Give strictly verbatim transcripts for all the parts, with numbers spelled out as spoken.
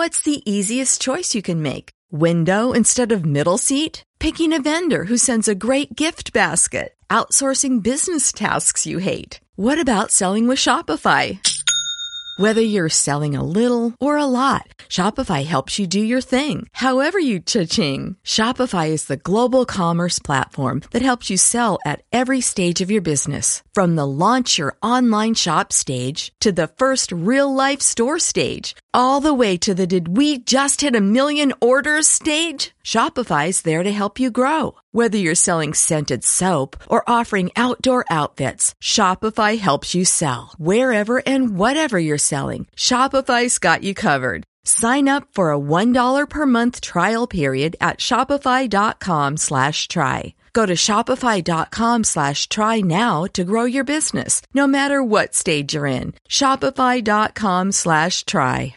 What's the easiest choice you can make? Window instead of middle seat? Picking a vendor who sends a great gift basket? Outsourcing business tasks you hate? What about selling with Shopify? Whether you're selling a little or a lot, Shopify helps you do your thing, however you cha-ching. Shopify is the global commerce platform that helps you sell at every stage of your business. From the launch your online shop stage to the first real-life store stage, all the way to the did we just hit a million orders stage. Shopify's there to help you grow. Whether you're selling scented soap or offering outdoor outfits, Shopify helps you sell. Wherever and whatever you're selling, Shopify's got you covered. Sign up for a one dollar per month trial period at shopify.com slash try. Go to shopify.com slash try now to grow your business, no matter what stage you're in. Shopify.com slash try.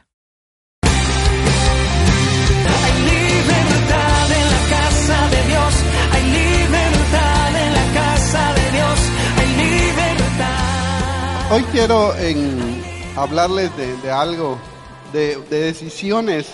Hoy quiero en, hablarles de, de algo, de, de decisiones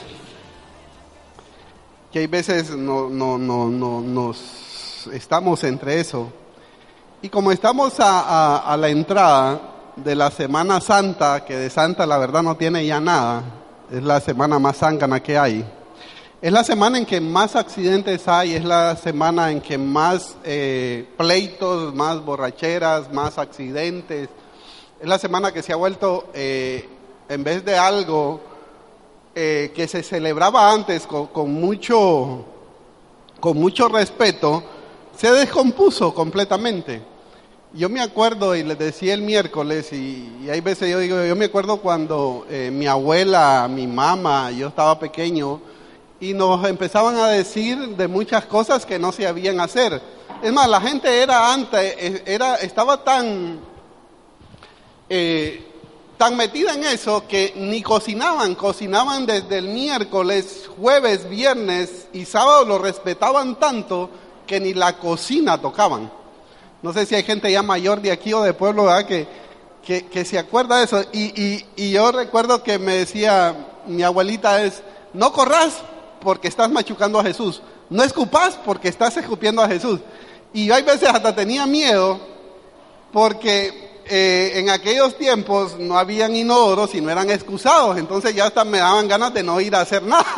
que hay veces no, no, no, no, nos estamos entre eso. Y como estamos a, a, a la entrada de la Semana Santa, que de Santa la verdad no tiene ya nada, es la semana más zángana que hay. Es la semana en que más accidentes hay, es la semana en que más eh, pleitos, más borracheras, más accidentes. Es la semana que se ha vuelto, eh, en vez de algo eh, que se celebraba antes con, con mucho, con mucho respeto, se descompuso completamente. Yo me acuerdo, y les decía el miércoles, y, y hay veces yo digo, yo me acuerdo cuando eh, mi abuela, mi mamá, yo estaba pequeño, y nos empezaban a decir de muchas cosas que no se sabían hacer. Es más, la gente era antes, era, estaba tan... Eh, tan metida en eso que ni cocinaban, cocinaban desde el miércoles, jueves, viernes y sábado, lo respetaban tanto que ni la cocina tocaban. No sé si hay gente ya mayor de aquí o de pueblo, ¿verdad? Que, que, que se acuerda de eso. Y, y, y yo recuerdo que me decía mi abuelita es, no corras porque estás machucando a Jesús, no escupas porque estás escupiendo a Jesús. Y yo hay veces hasta tenía miedo porque... Eh, en aquellos tiempos no habían inodoros y no eran excusados, entonces ya hasta me daban ganas de no ir a hacer nada.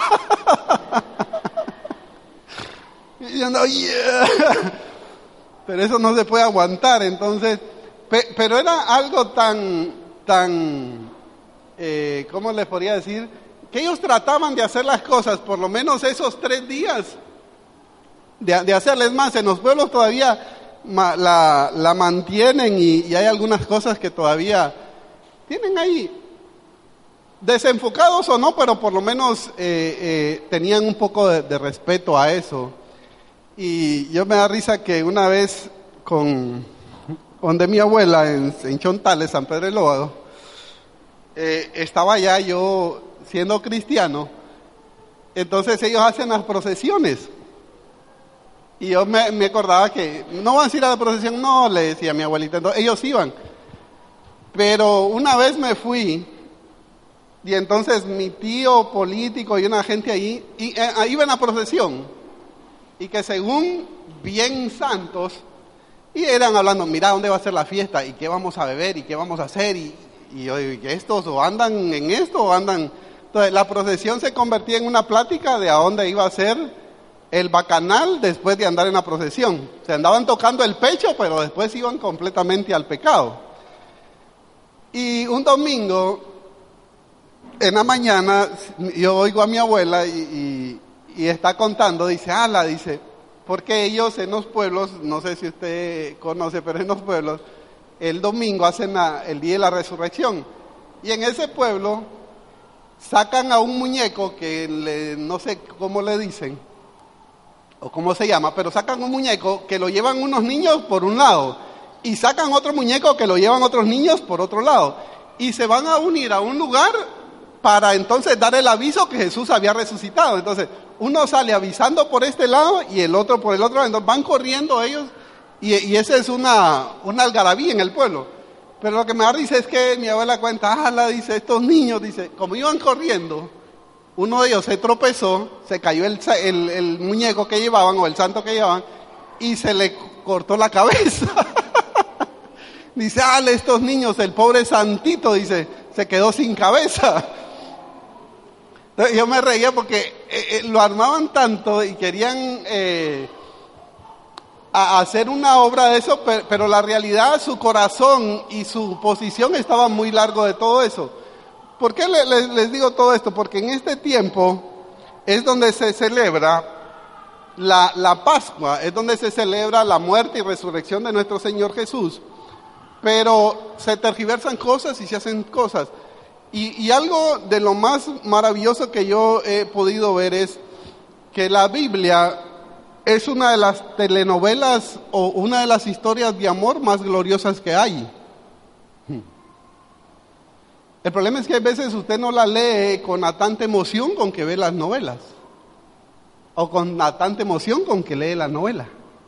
Y yo no, yeah. Pero eso no se puede aguantar, entonces, pe, pero era algo tan, tan, eh, ¿cómo les podría decir? Que ellos trataban de hacer las cosas, por lo menos esos tres días, de, de hacerles más. En los pueblos todavía La, la mantienen y, y hay algunas cosas que todavía tienen ahí, desenfocados o no, pero por lo menos eh, eh, tenían un poco de, de respeto a eso. Y yo me da risa que una vez con donde mi abuela en, en Chontales, San Pedro del Lóbado, eh, estaba ya yo siendo cristiano, entonces ellos hacen las procesiones. Y yo me, me acordaba que, no van a ir a la procesión, no, le decía a mi abuelita, entonces ellos iban. Pero una vez me fui, y entonces mi tío político y una gente ahí, y, eh, iban a procesión, y que según bien santos, y eran hablando, mira, ¿dónde va a ser la fiesta? ¿Y qué vamos a beber? ¿Y qué vamos a hacer? Y, y yo digo, ¿estos o andan en esto o andan? Entonces la procesión se convertía en una plática de a dónde iba a ser el bacanal después de andar en la procesión. Se andaban tocando el pecho, pero después iban completamente al pecado. Y un domingo, en la mañana, yo oigo a mi abuela y, y, y está contando, dice, ala, dice, porque ellos en los pueblos, no sé si usted conoce, pero en los pueblos, el domingo hacen la, el día de la resurrección. Y en ese pueblo sacan a un muñeco que le, no sé cómo le dicen, o cómo se llama, pero sacan un muñeco que lo llevan unos niños por un lado y sacan otro muñeco que lo llevan otros niños por otro lado y se van a unir a un lugar para entonces dar el aviso que Jesús había resucitado. Entonces uno sale avisando por este lado y el otro por el otro lado, entonces van corriendo ellos y, y esa es una, una algarabía en el pueblo. Pero lo que me da risa es que mi abuela cuenta, ah, la dice, estos niños, dice, como iban corriendo, uno de ellos se tropezó, se cayó el, el, el muñeco que llevaban o el santo que llevaban y se le cortó la cabeza. Dice, ah, estos niños, el pobre santito, dice, se quedó sin cabeza. Entonces, yo me reía porque eh, eh, lo armaban tanto y querían eh, a hacer una obra de eso, pero, pero la realidad, su corazón y su posición estaban muy largo de todo eso. ¿Por qué le, le, les digo todo esto? Porque en este tiempo es donde se celebra la, la Pascua, es donde se celebra la muerte y resurrección de nuestro Señor Jesús. Pero se tergiversan cosas y se hacen cosas. Y, y algo de lo más maravilloso que yo he podido ver es que la Biblia es una de las telenovelas o una de las historias de amor más gloriosas que hay. El problema es que a veces usted no la lee con la tanta emoción con que ve las novelas. O con la tanta emoción con que lee la novela.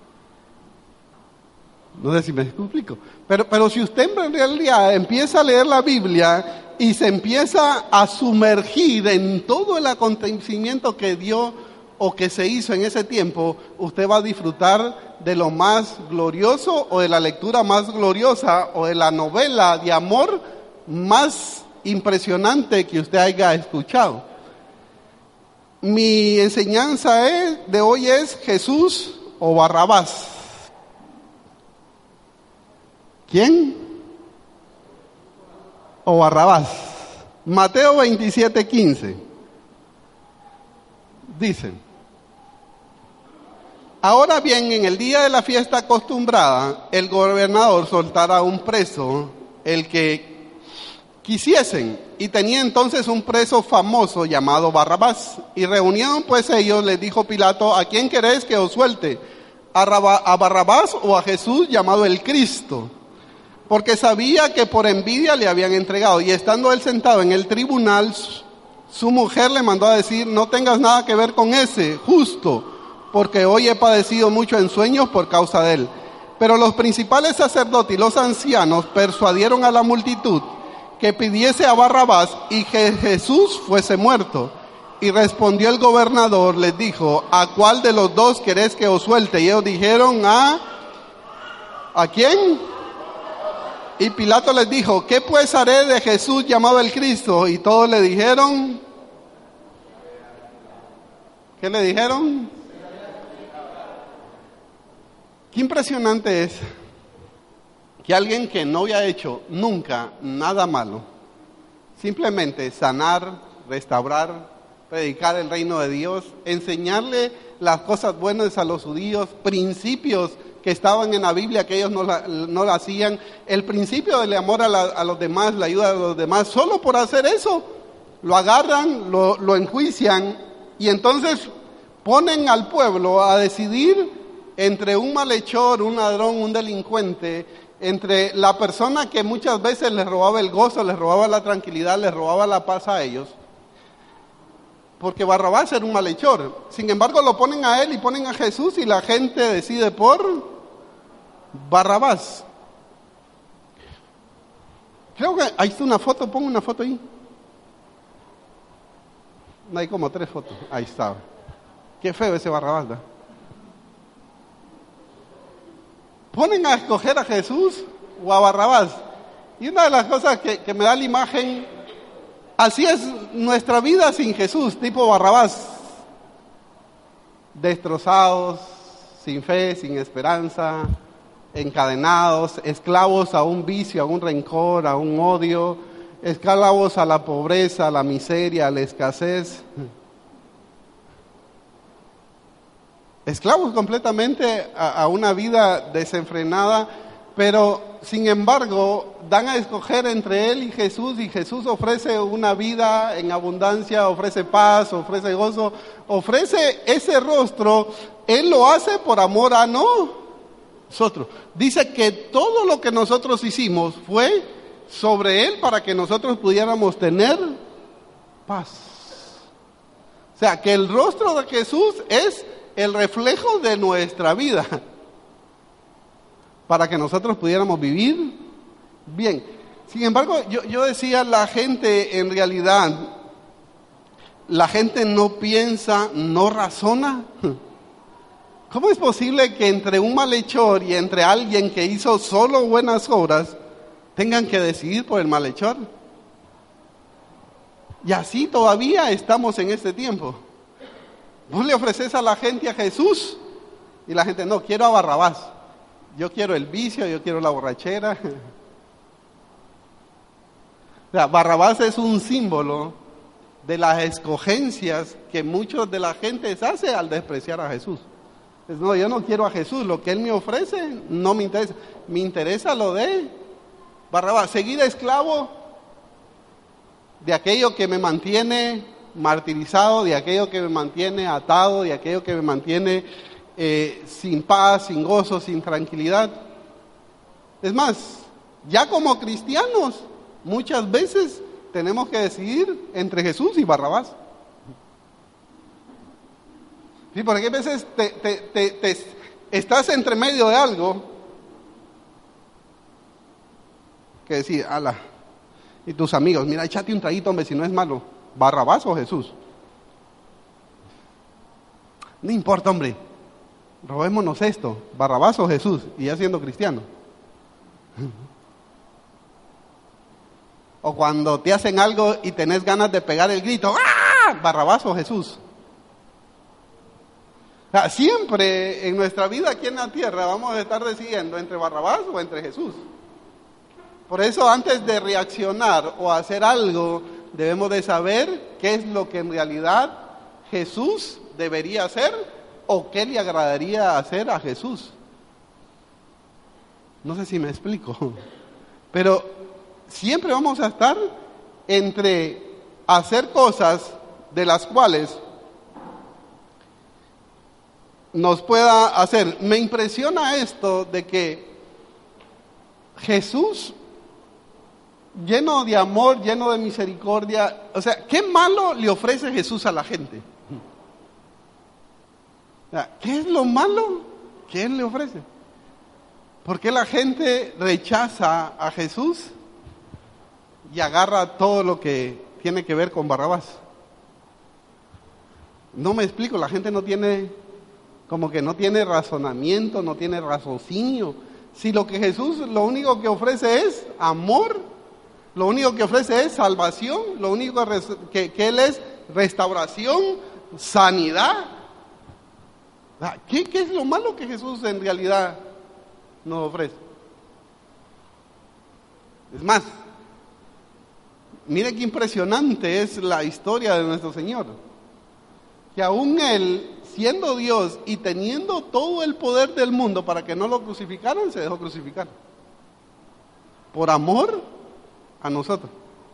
No sé si me explico. Pero, pero si usted en realidad empieza a leer la Biblia y se empieza a sumergir en todo el acontecimiento que dio o que se hizo en ese tiempo, usted va a disfrutar de lo más glorioso o de la lectura más gloriosa o de la novela de amor más impresionante que usted haya escuchado. Mi enseñanza es, de hoy es Jesús o Barrabás. ¿Quién? O Barrabás. Mateo veintisiete, quince. Dice: ahora bien, en el día de la fiesta acostumbrada, el gobernador soltará un preso, el que quisiesen, y tenía entonces un preso famoso llamado Barrabás. Y reunieron pues ellos, les dijo Pilato, ¿a quién queréis que os suelte? ¿A, Raba, a Barrabás o a Jesús llamado el Cristo? Porque sabía que por envidia le habían entregado. Y estando él sentado en el tribunal, su mujer le mandó a decir, no tengas nada que ver con ese, justo, porque hoy he padecido mucho en sueños por causa de él. Pero los principales sacerdotes y los ancianos persuadieron a la multitud que pidiese a Barrabás y que Jesús fuese muerto. Y respondió el gobernador, les dijo, ¿a cuál de los dos queréis que os suelte? Y ellos dijeron, ¿a, ¿a quién? Y Pilato les dijo, ¿qué pues haré de Jesús llamado el Cristo? Y todos le dijeron, ¿qué le dijeron? Qué impresionante es que alguien que no había hecho nunca nada malo, simplemente sanar, restaurar, predicar el reino de Dios, enseñarle las cosas buenas a los judíos, principios que estaban en la Biblia, que ellos no la, no la hacían, el principio del amor a, la, a los demás, la ayuda a los demás, solo por hacer eso, lo agarran, lo, lo enjuician, y entonces ponen al pueblo a decidir entre un malhechor, un ladrón, un delincuente, entre la persona que muchas veces les robaba el gozo, les robaba la tranquilidad, les robaba la paz a ellos, porque Barrabás era un malhechor. Sin embargo, lo ponen a él y ponen a Jesús y la gente decide por Barrabás. Creo que ahí está una foto, pongo una foto ahí. No, hay como tres fotos. Ahí está. Qué feo ese Barrabás, ¿verdad? Ponen a escoger a Jesús o a Barrabás. Y una de las cosas que, que me da la imagen, así es nuestra vida sin Jesús, tipo Barrabás. Destrozados, sin fe, sin esperanza, encadenados, esclavos a un vicio, a un rencor, a un odio, esclavos a la pobreza, a la miseria, a la escasez. Esclavos completamente a, a una vida desenfrenada, pero sin embargo dan a escoger entre él y Jesús, y Jesús ofrece una vida en abundancia, ofrece paz, ofrece gozo, ofrece ese rostro. Él lo hace por amor a nosotros. Dice que todo lo que nosotros hicimos fue sobre él para que nosotros pudiéramos tener paz. O sea, que el rostro de Jesús es el reflejo de nuestra vida, para que nosotros pudiéramos vivir bien. Sin embargo, yo, yo decía, la gente en realidad la gente no piensa, no razona. ¿Cómo es posible que entre un malhechor y entre alguien que hizo solo buenas obras tengan que decidir por el malhechor? Y así todavía estamos en este tiempo. Vos le ofreces a la gente a Jesús y la gente, no, quiero a Barrabás. Yo quiero el vicio, yo quiero la borrachera. O sea, Barrabás es un símbolo de las escogencias que muchos de la gente hace al despreciar a Jesús. Pues no, yo no quiero a Jesús, lo que Él me ofrece no me interesa. Me interesa lo de Barrabás, seguir esclavo de aquello que me mantiene martirizado, de aquello que me mantiene atado, de aquello que me mantiene eh, sin paz, sin gozo, sin tranquilidad. Es más, ya como cristianos, muchas veces tenemos que decidir entre Jesús y Barrabás. Sí, porque a veces te, te, te, te, estás entre medio de algo que decir, ala, y tus amigos, mira, échate un traguito, hombre, si no es malo, Barrabás o Jesús. No importa, hombre, robémonos esto, Barrabás o Jesús, y ya siendo cristiano. O cuando te hacen algo y tenés ganas de pegar el grito, ¡ah! Barrabás o Jesús. O sea, siempre en nuestra vida aquí en la tierra vamos a estar decidiendo entre Barrabás o entre Jesús. Por eso antes de reaccionar o hacer algo, debemos de saber qué es lo que en realidad Jesús debería hacer o qué le agradaría hacer a Jesús. No sé si me explico, pero siempre vamos a estar entre hacer cosas de las cuales nos pueda hacer. Me impresiona esto de que Jesús, lleno de amor, lleno de misericordia, o sea, ¿qué malo le ofrece Jesús a la gente? O sea, ¿qué es lo malo que Él le ofrece? ¿Por qué la gente rechaza a Jesús y agarra todo lo que tiene que ver con Barrabás? No me explico, la gente no tiene, como que no tiene razonamiento, no tiene raciocinio. Si lo que Jesús lo único que ofrece es amor, lo único que ofrece es salvación, lo único que, que Él es restauración, sanidad. ¿Qué, ¿Qué es lo malo que Jesús en realidad nos ofrece? Es más, mire qué impresionante es la historia de nuestro Señor, que aún Él, siendo Dios y teniendo todo el poder del mundo para que no lo crucificaran, se dejó crucificar por amor a nosotros.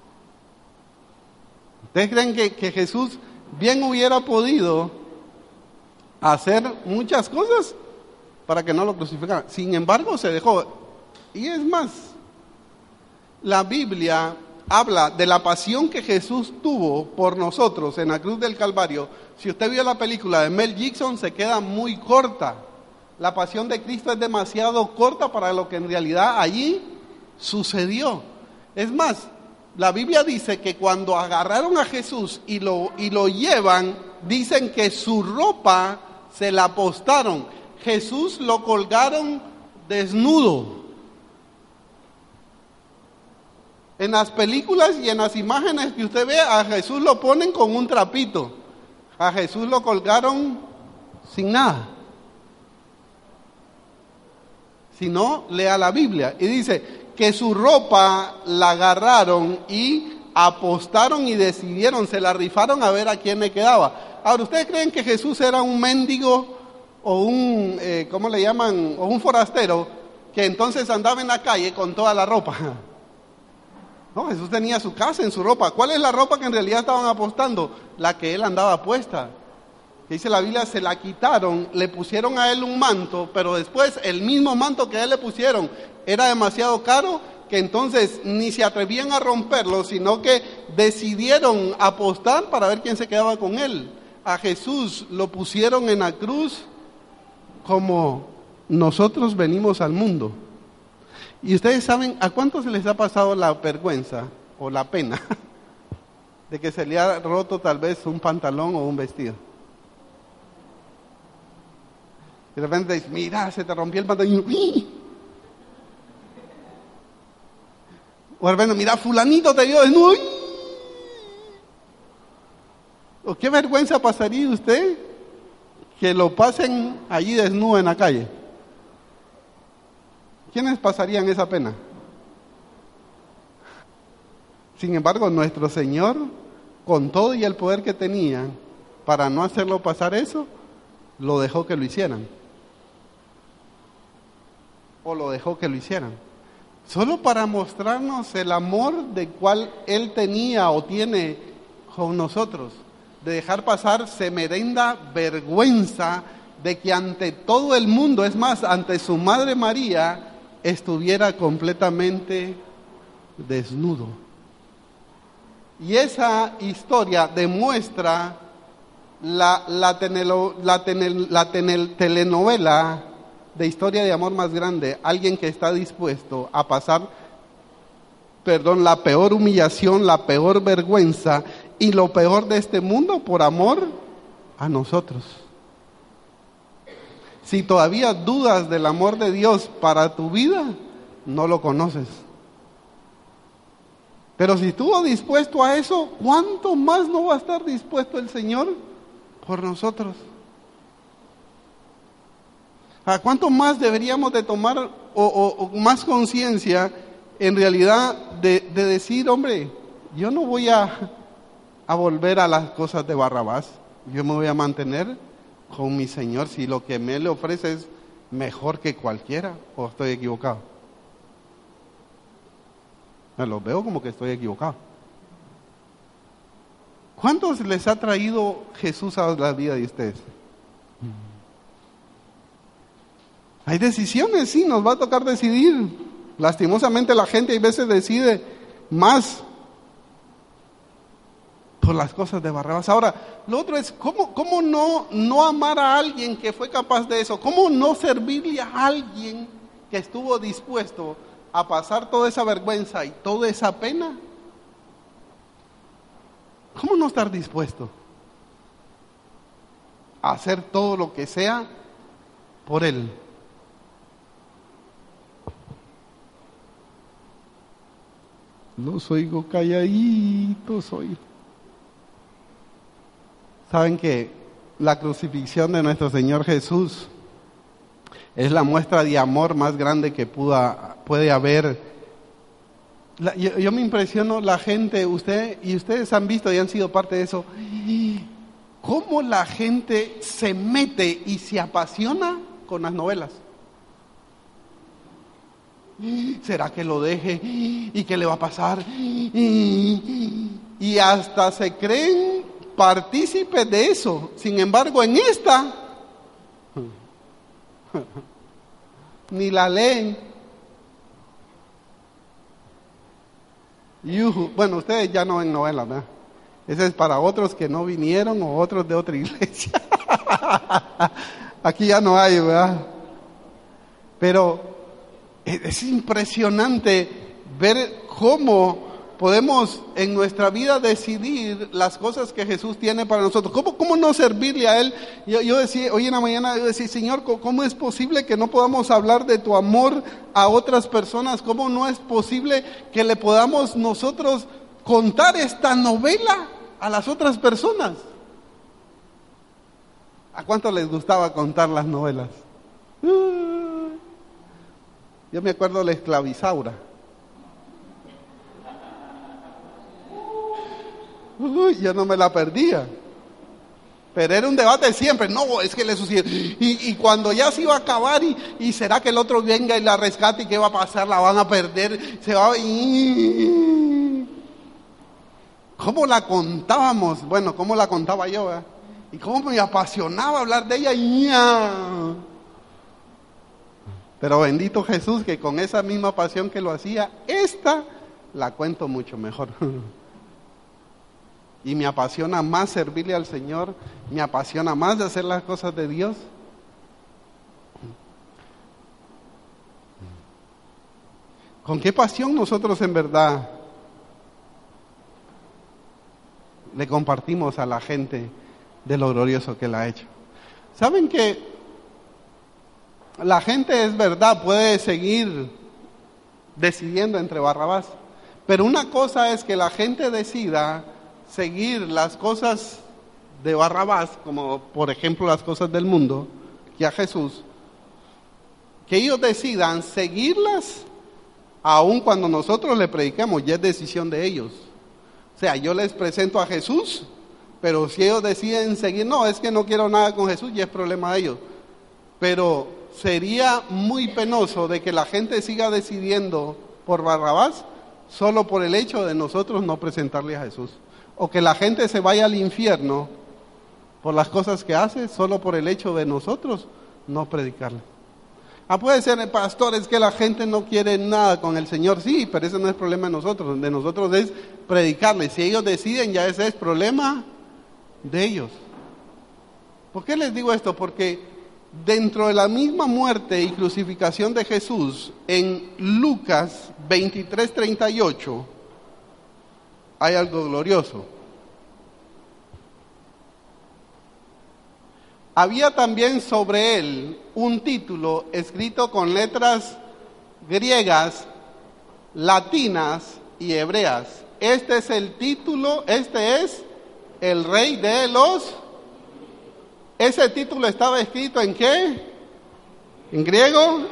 ¿Ustedes creen que, que Jesús bien hubiera podido hacer muchas cosas para que no lo crucificaran? Sin embargo, se dejó. Y es más, la Biblia habla de la pasión que Jesús tuvo por nosotros en la cruz del Calvario. Si usted vio la película de Mel Gibson, se queda muy corta. La pasión de Cristo es demasiado corta para lo que en realidad allí sucedió. Es más, la Biblia dice que cuando agarraron a Jesús y lo, y lo llevan, dicen que su ropa se la apostaron. Jesús lo colgaron desnudo. En las películas y en las imágenes que usted ve, a Jesús lo ponen con un trapito. A Jesús lo colgaron sin nada. Si no, lea la Biblia. Y dice que su ropa la agarraron y apostaron y decidieron, se la rifaron a ver a quién le quedaba. Ahora, ¿ustedes creen que Jesús era un mendigo o un, eh, ¿cómo le llaman? O un forastero que entonces andaba en la calle con toda la ropa? No, Jesús tenía su casa en su ropa. ¿Cuál es la ropa que en realidad estaban apostando? La que él andaba puesta. Dice la Biblia, se la quitaron, le pusieron a él un manto, pero después el mismo manto que a él le pusieron era demasiado caro, que entonces ni se atrevían a romperlo, sino que decidieron apostar para ver quién se quedaba con él. A Jesús lo pusieron en la cruz como nosotros venimos al mundo. Y ustedes saben, ¿a cuántos se les ha pasado la vergüenza o la pena de que se le ha roto tal vez un pantalón o un vestido. Y de repente dice, mira, se te rompió el pantalón. O de repente, mira, fulanito te dio desnudo. ¿O qué vergüenza pasaría usted que lo pasen allí desnudo en la calle? ¿Quiénes pasarían esa pena? Sin embargo, nuestro Señor, con todo y el poder que tenía, para no hacerlo pasar eso, lo dejó que lo hicieran. O lo dejó que lo hicieran. Solo para mostrarnos el amor de cual Él tenía o tiene con nosotros. De dejar pasar semerenda vergüenza de que ante todo el mundo, es más, ante su Madre María, estuviera completamente desnudo. Y esa historia demuestra la, la, tenelo, la, tenel, la tenel, telenovela de historia de amor más grande. Alguien que está dispuesto a pasar, perdón, la peor humillación, la peor vergüenza y lo peor de este mundo por amor a nosotros. Si todavía dudas del amor de Dios para tu vida, no lo conoces. Pero si estuvo dispuesto a eso, ¿cuánto más no va a estar dispuesto el Señor por nosotros? ¿A cuánto más deberíamos de tomar o, o, o más conciencia en realidad de, de decir, hombre, yo no voy a, a volver a las cosas de Barrabás, yo me voy a mantener con mi Señor si lo que me le ofrece es mejor que cualquiera, o estoy equivocado? Me lo veo como que estoy equivocado. ¿Cuántos les ha traído Jesús a la vida de ustedes? Hay decisiones, sí, nos va a tocar decidir. Lastimosamente la gente a veces decide más por las cosas de Barrabás. Ahora, lo otro es, ¿cómo, cómo no, no amar a alguien que fue capaz de eso? ¿Cómo no servirle a alguien que estuvo dispuesto a pasar toda esa vergüenza y toda esa pena? ¿Cómo no estar dispuesto a hacer todo lo que sea por él? Los oigo calladitos hoy. Saben que la crucifixión de nuestro Señor Jesús es la muestra de amor más grande que pueda, puede haber. La, yo, yo me impresiono la gente, usted y ustedes han visto y han sido parte de eso, cómo la gente se mete y se apasiona con las novelas. ¿Será que lo deje? ¿Y qué le va a pasar? Y hasta se creen partícipes de eso. Sin embargo, en esta ni la leen. Yuhu. Bueno, ustedes ya no ven novelas, ¿verdad? Ese es para otros que no vinieron o otros de otra iglesia. Aquí ya no hay, ¿verdad? Pero es impresionante ver cómo podemos en nuestra vida decidir las cosas que Jesús tiene para nosotros. ¿Cómo, cómo no servirle a Él? Yo, yo decía, hoy en la mañana yo decía, Señor, ¿cómo es posible que no podamos hablar de tu amor a otras personas? ¿Cómo no es posible que le podamos nosotros contar esta novela a las otras personas? ¿A cuánto les gustaba contar las novelas? Yo me acuerdo de la esclavizaura. Uy, yo no me la perdía. Pero era un debate siempre. No, es que le sucedió. Y, y cuando ya se iba a acabar, y, y será que el otro venga y la rescate, y qué va a pasar, la van a perder. Se va. Y... ¿Cómo la contábamos? Bueno, ¿cómo la contaba yo? ¿eh? Y cómo me apasionaba hablar de ella. Y ¡ya! Pero bendito Jesús, que con esa misma pasión que lo hacía, esta la cuento mucho mejor. Y me apasiona más servirle al Señor, me apasiona más de hacer las cosas de Dios. ¿Con qué pasión nosotros en verdad le compartimos a la gente de lo glorioso que Él ha hecho. ¿Saben que la gente, es verdad, puede seguir decidiendo entre Barrabás? Pero una cosa es que la gente decida seguir las cosas de Barrabás, como por ejemplo las cosas del mundo, que a Jesús, que ellos decidan seguirlas, aun cuando nosotros le predicamos, ya es decisión de ellos. O sea, yo les presento a Jesús, pero si ellos deciden seguir, no, es que no quiero nada con Jesús, ya es problema de ellos. Pero sería muy penoso de que la gente siga decidiendo por Barrabás, solo por el hecho de nosotros no presentarle a Jesús. O que la gente se vaya al infierno por las cosas que hace, solo por el hecho de nosotros no predicarle. Ah, puede ser, el pastor, es que la gente no quiere nada con el Señor. Sí, pero ese no es problema de nosotros. De nosotros es predicarle. Si ellos deciden, ya ese es problema de ellos. ¿Por qué les digo esto? Porque dentro de la misma muerte y crucificación de Jesús, en Lucas veintitrés treinta y ocho, hay algo glorioso. Había también sobre él un título escrito con letras griegas, latinas y hebreas. Este es el título, este es el Rey de los... ¿Ese título estaba escrito en qué? ¿En griego?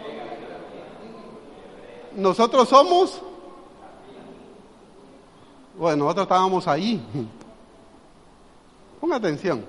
¿Nosotros somos? Bueno, nosotros estábamos ahí. Ponga atención.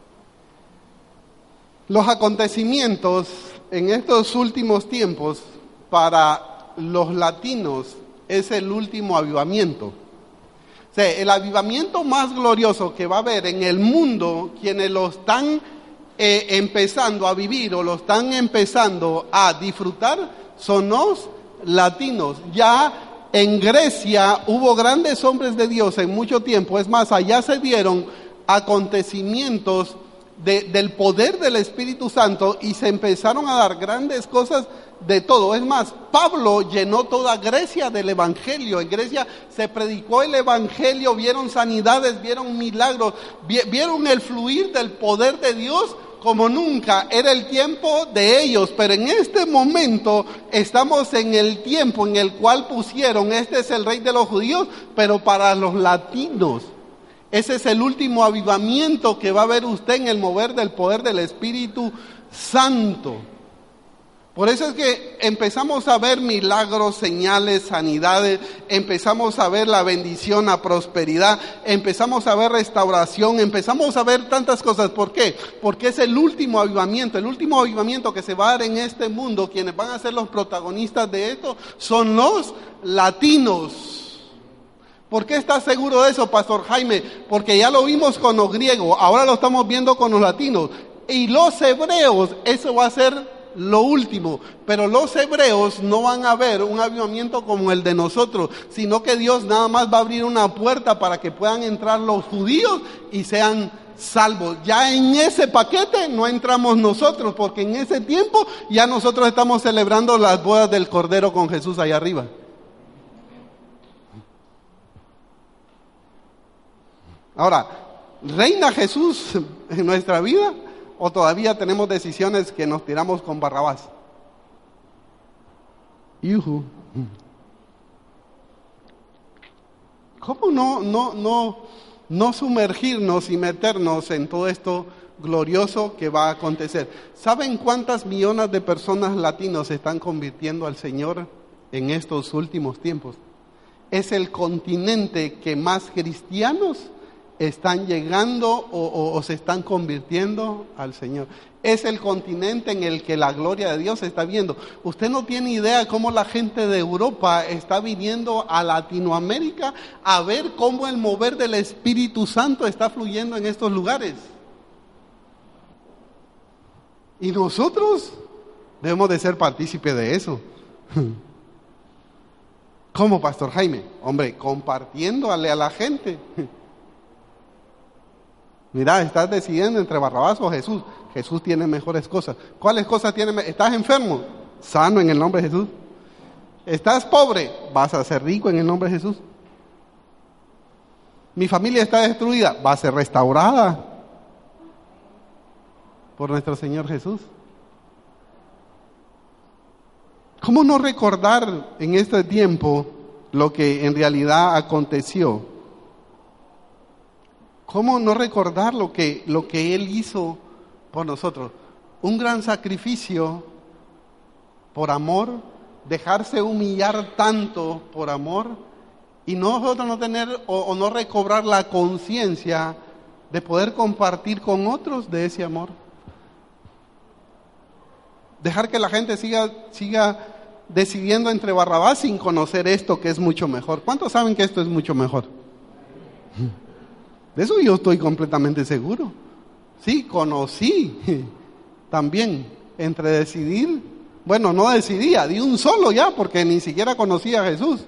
Los acontecimientos en estos últimos tiempos para los latinos es el último avivamiento. O sea, el avivamiento más glorioso que va a haber en el mundo, quienes lo están eh, empezando a vivir o lo están empezando a disfrutar, son los latinos. Ya en Grecia hubo grandes hombres de Dios en mucho tiempo. Es más, allá se dieron acontecimientos de, del poder del Espíritu Santo y se empezaron a dar grandes cosas de todo. Es más, Pablo llenó toda Grecia del Evangelio. En Grecia se predicó el Evangelio, vieron sanidades, vieron milagros, vieron el fluir del poder de Dios como nunca. Era el tiempo de ellos, pero en este momento estamos en el tiempo en el cual pusieron, este es el Rey de los judíos, pero para los latinos. Ese es el último avivamiento que va a ver usted en el mover del poder del Espíritu Santo. Por eso es que empezamos a ver milagros, señales, sanidades, empezamos a ver la bendición, la prosperidad, empezamos a ver restauración, empezamos a ver tantas cosas. ¿Por qué? Porque es el último avivamiento, el último avivamiento que se va a dar en este mundo. Quienes van a ser los protagonistas de esto son los latinos. ¿Por qué estás seguro de eso, Pastor Jaime? Porque ya lo vimos con los griegos, ahora lo estamos viendo con los latinos. Y los hebreos, eso va a ser lo último, pero los hebreos no van a ver un avivamiento como el de nosotros, sino que Dios nada más va a abrir una puerta para que puedan entrar los judíos y sean salvos. Ya en ese paquete no entramos nosotros, porque en ese tiempo ya nosotros estamos celebrando las bodas del Cordero con Jesús allá arriba. Ahora, ¿reina Jesús en nuestra vida? ¿O todavía tenemos decisiones que nos tiramos con Barrabás? Yuhu. ¿Cómo no, no, no, no sumergirnos y meternos en todo esto glorioso que va a acontecer? ¿Saben cuántas millones de personas latinos se están convirtiendo al Señor en estos últimos tiempos? Es el continente que más cristianos están llegando o, o, o se están convirtiendo al Señor. Es el continente en el que la gloria de Dios se está viendo. Usted no tiene idea cómo la gente de Europa está viniendo a Latinoamérica a ver cómo el mover del Espíritu Santo está fluyendo en estos lugares. Y nosotros debemos de ser partícipes de eso. ¿Cómo, Pastor Jaime? Hombre, compartiéndole a la gente. Mira, estás decidiendo entre Barrabás o Jesús. Jesús tiene mejores cosas. ¿Cuáles cosas tiene? ¿Estás enfermo? Sano en el nombre de Jesús. ¿Estás pobre? Vas a ser rico en el nombre de Jesús. Mi familia está destruida, va a ser restaurada por nuestro Señor Jesús. ¿Cómo no recordar en este tiempo lo que en realidad aconteció? ¿Cómo no recordar lo que, lo que Él hizo por nosotros? Un gran sacrificio por amor, dejarse humillar tanto por amor, y nosotros no tener o, o no recobrar la conciencia de poder compartir con otros de ese amor. Dejar que la gente siga, siga decidiendo entre Barrabás sin conocer esto que es mucho mejor. ¿Cuántos saben que esto es mucho mejor? De eso yo estoy completamente seguro. Sí, conocí también entre decidir, bueno, no decidía, di un solo ya, porque ni siquiera conocía a Jesús.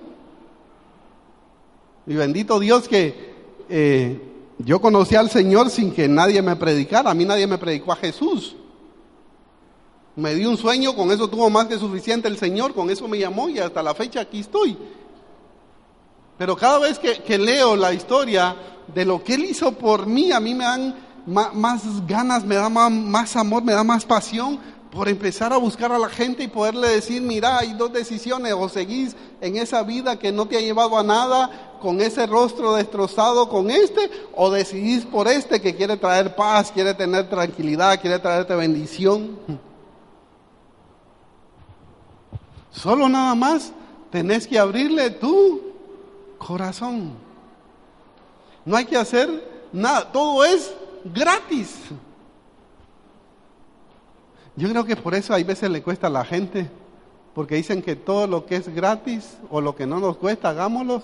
Y bendito Dios que eh, yo conocí al Señor sin que nadie me predicara. A mí nadie me predicó a Jesús. Me dio un sueño, con eso tuvo más que suficiente el Señor, con eso me llamó y hasta la fecha aquí estoy. Pero cada vez que, que leo la historia de lo que Él hizo por mí, a mí me dan más, más ganas, me da más, más amor, me da más pasión por empezar a buscar a la gente y poderle decir, mira, hay dos decisiones, o seguís en esa vida que no te ha llevado a nada, con ese rostro destrozado con este, o decidís por este que quiere traer paz, quiere tener tranquilidad, quiere traerte bendición. Solo nada más tenés que abrirle tu corazón. No hay que hacer nada, todo es gratis. Yo creo que por eso hay veces le cuesta a la gente, porque dicen que todo lo que es gratis o lo que no nos cuesta, hagámoslo.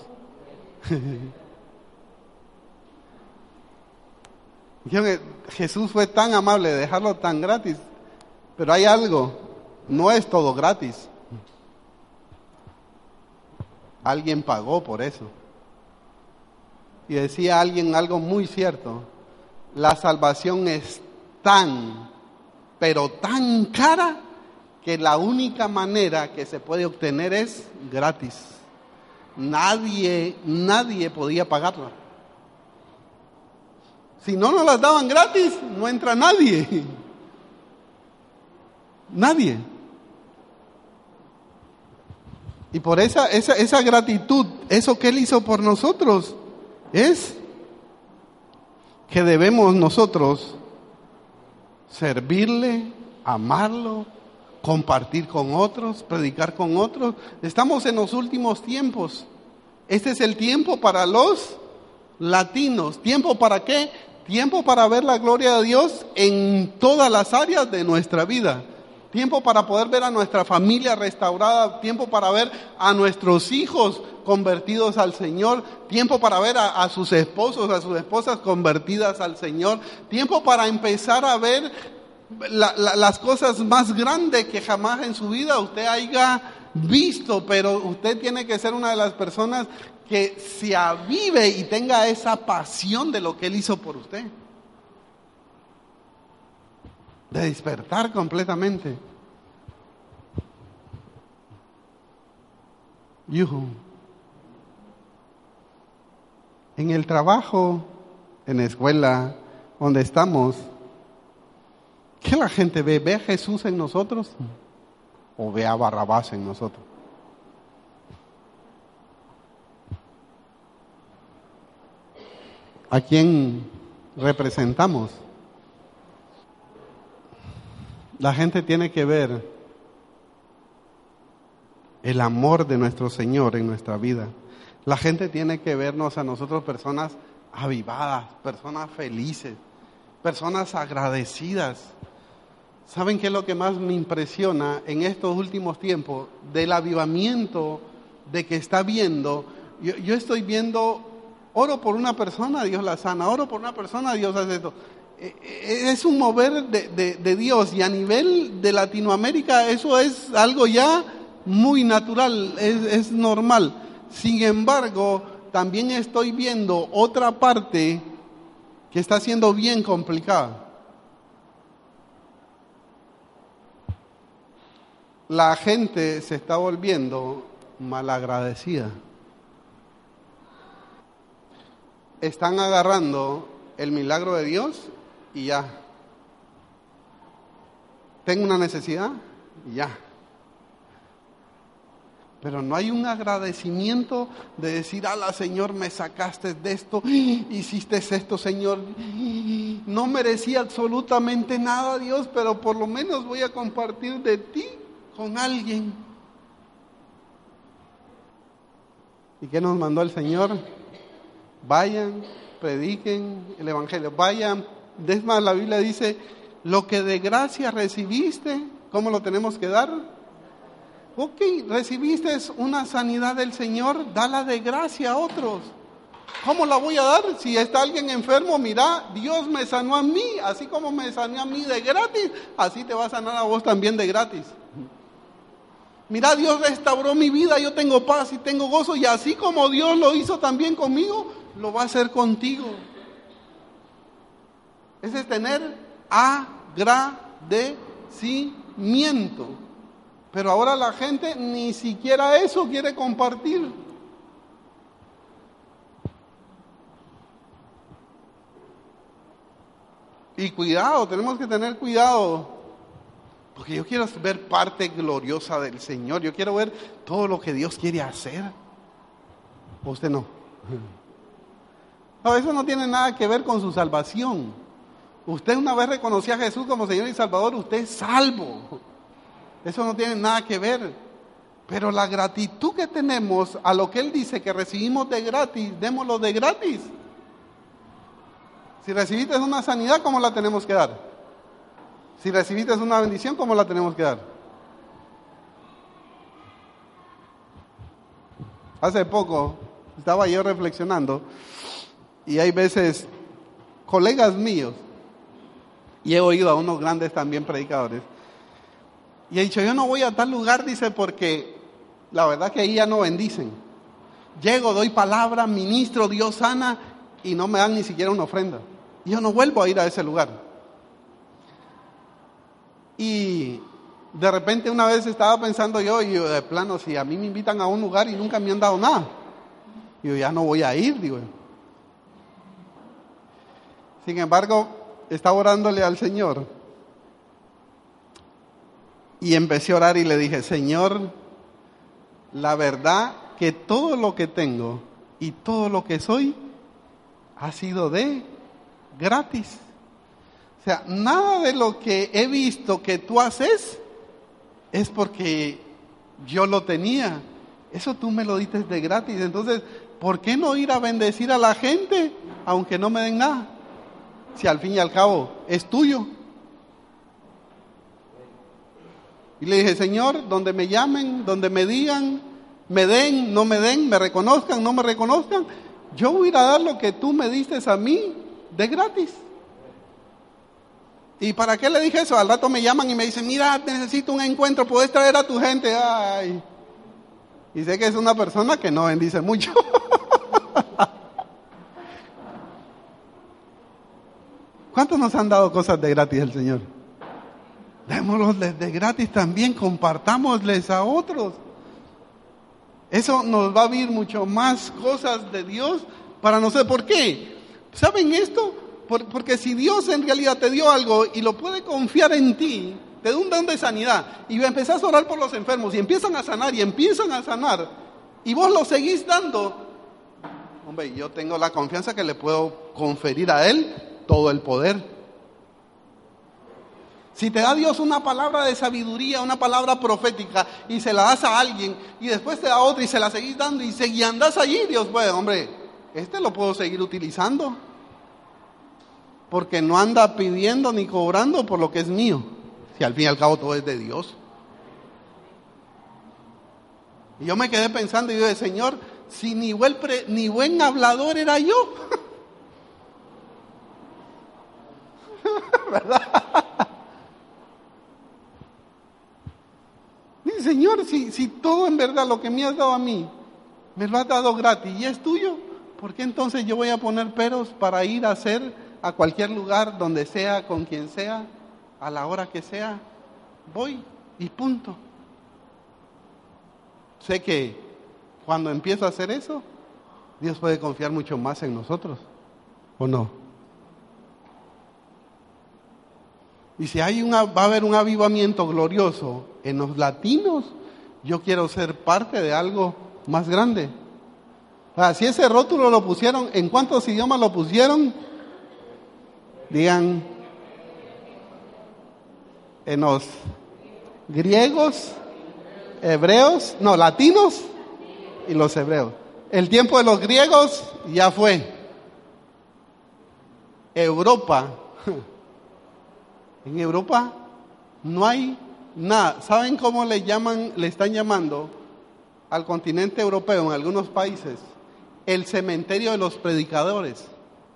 Yo, Jesús fue tan amable de dejarlo tan gratis, pero hay algo, no es todo gratis. Alguien pagó por eso. Y decía alguien algo muy cierto: la salvación es tan, pero tan cara, que la única manera que se puede obtener es gratis. Nadie, nadie podía pagarla. Si no nos las daban gratis, no entra nadie. Nadie. Y por esa, esa, esa gratitud, eso que Él hizo por nosotros, es que debemos nosotros servirle, amarlo, compartir con otros, predicar con otros. Estamos en los últimos tiempos. Este es el tiempo para los latinos. ¿Tiempo para qué? Tiempo para ver la gloria de Dios en todas las áreas de nuestra vida. Tiempo para poder ver a nuestra familia restaurada, tiempo para ver a nuestros hijos convertidos al Señor, tiempo para ver a, a sus esposos, a sus esposas convertidas al Señor, tiempo para empezar a ver la, la, las cosas más grandes que jamás en su vida usted haya visto, pero usted tiene que ser una de las personas que se avive y tenga esa pasión de lo que Él hizo por usted. De despertar completamente. Yuhu. En el trabajo, en la escuela, donde estamos, ¿qué la gente ve? ¿Ve a Jesús en nosotros? ¿O ve a Barrabás en nosotros? ¿A quién representamos? La gente tiene que ver el amor de nuestro Señor en nuestra vida. La gente tiene que vernos a nosotros personas avivadas, personas felices, personas agradecidas. ¿Saben qué es lo que más me impresiona en estos últimos tiempos? Del avivamiento de que está viendo. Yo, yo estoy viendo, oro por una persona, Dios la sana, oro por una persona, Dios hace esto. Es un mover de, de, de Dios, y a nivel de Latinoamérica eso es algo ya muy natural, es, es normal. Sin embargo, también estoy viendo otra parte que está siendo bien complicada. La gente se está volviendo malagradecida. están agarrando el milagro de Dios y ya. Tengo una necesidad y ya. Pero no hay un agradecimiento de decir, ala Señor, me sacaste de esto, hiciste esto Señor, no merecía absolutamente nada Dios, pero por lo menos voy a compartir de ti con alguien. ¿Y qué nos mandó el Señor? Vayan, prediquen el Evangelio, vayan. Es más, la Biblia dice, lo que de gracia recibiste, ¿cómo lo tenemos que dar? Ok, recibiste una sanidad del Señor, dala de gracia a otros. ¿Cómo la voy a dar? Si está alguien enfermo, mira, Dios me sanó a mí, así como me sanó a mí de gratis, así te va a sanar a vos también de gratis. Mira, Dios restauró mi vida, yo tengo paz y tengo gozo, y así como Dios lo hizo también conmigo, lo va a hacer contigo. Ese es tener agradecimiento. Pero ahora la gente ni siquiera eso quiere compartir. Y cuidado, tenemos que tener cuidado. Porque yo quiero ver parte gloriosa del Señor. Yo quiero ver todo lo que Dios quiere hacer. ¿O usted no? No, eso no tiene nada que ver con su salvación. Usted una vez reconoció a Jesús como Señor y Salvador, usted es salvo. Eso no tiene nada que ver. Pero la gratitud que tenemos a lo que Él dice que recibimos de gratis, démoslo de gratis. Si recibiste una sanidad, ¿cómo la tenemos que dar? Si recibiste una bendición, ¿cómo la tenemos que dar? Hace poco estaba yo reflexionando y hay veces colegas míos, y he oído a unos grandes también predicadores, y he dicho, yo no voy a tal lugar, dice, porque la verdad que ahí ya no bendicen. Llego, doy palabra, ministro, Dios sana, y no me dan ni siquiera una ofrenda. Y yo no vuelvo a ir a ese lugar. Y de repente una vez estaba pensando yo, y yo de plano, si a mí me invitan a un lugar y nunca me han dado nada, yo ya no voy a ir, digo. Sin embargo, estaba orándole al Señor. Y empecé a orar y le dije, Señor, la verdad que todo lo que tengo y todo lo que soy ha sido de gratis. O sea, nada de lo que he visto que tú haces es porque yo lo tenía. Eso tú me lo diste de gratis. Entonces, ¿por qué no ir a bendecir a la gente aunque no me den nada? Si al fin y al cabo es tuyo. Y le dije, Señor, donde me llamen, donde me digan, me den, no me den, me reconozcan, no me reconozcan, yo voy a ir a dar lo que tú me diste a mí de gratis. ¿Y para qué le dije eso? Al rato me llaman y me dicen, mira, necesito un encuentro, ¿puedes traer a tu gente? Ay. Y sé que es una persona que no bendice mucho. ¿Cuántos nos han dado cosas de gratis el Señor? Démoslos de gratis también, compartámosles a otros. Eso nos va a abrir mucho más cosas de Dios para no sé por qué. ¿Saben esto? Por, porque si Dios en realidad te dio algo y lo puede confiar en ti, te da un don de sanidad y empezás a orar por los enfermos y empiezan a sanar y empiezan a sanar y vos lo seguís dando, hombre, yo tengo la confianza que le puedo conferir a Él todo el poder. Si te da Dios una palabra de sabiduría, una palabra profética, y se la das a alguien, y después te da otra y se la seguís dando, y, se, y andás allí, Dios, bueno, hombre, este lo puedo seguir utilizando, porque no anda pidiendo ni cobrando por lo que es mío, si al fin y al cabo todo es de Dios. Y yo me quedé pensando, y yo dije, Señor, si ni buen, pre, ni buen hablador era yo, ¿verdad? Señor, si, si todo en verdad lo que me has dado a mí, me lo has dado gratis y es tuyo, ¿por qué entonces yo voy a poner peros para ir a hacer a cualquier lugar, donde sea, con quien sea, a la hora que sea? Voy y punto. Sé que cuando empiezo a hacer eso, Dios puede confiar mucho más en nosotros. ¿O no? Y si hay una, va a haber un avivamiento glorioso en los latinos, yo quiero ser parte de algo más grande. O sea, si ese rótulo lo pusieron, ¿en cuántos idiomas lo pusieron? Digan, en los griegos, hebreos, no, latinos y los hebreos. El tiempo de los griegos ya fue. Europa. En Europa no hay nada. ¿Saben cómo le llaman, le están llamando al continente europeo en algunos países? El cementerio de los predicadores.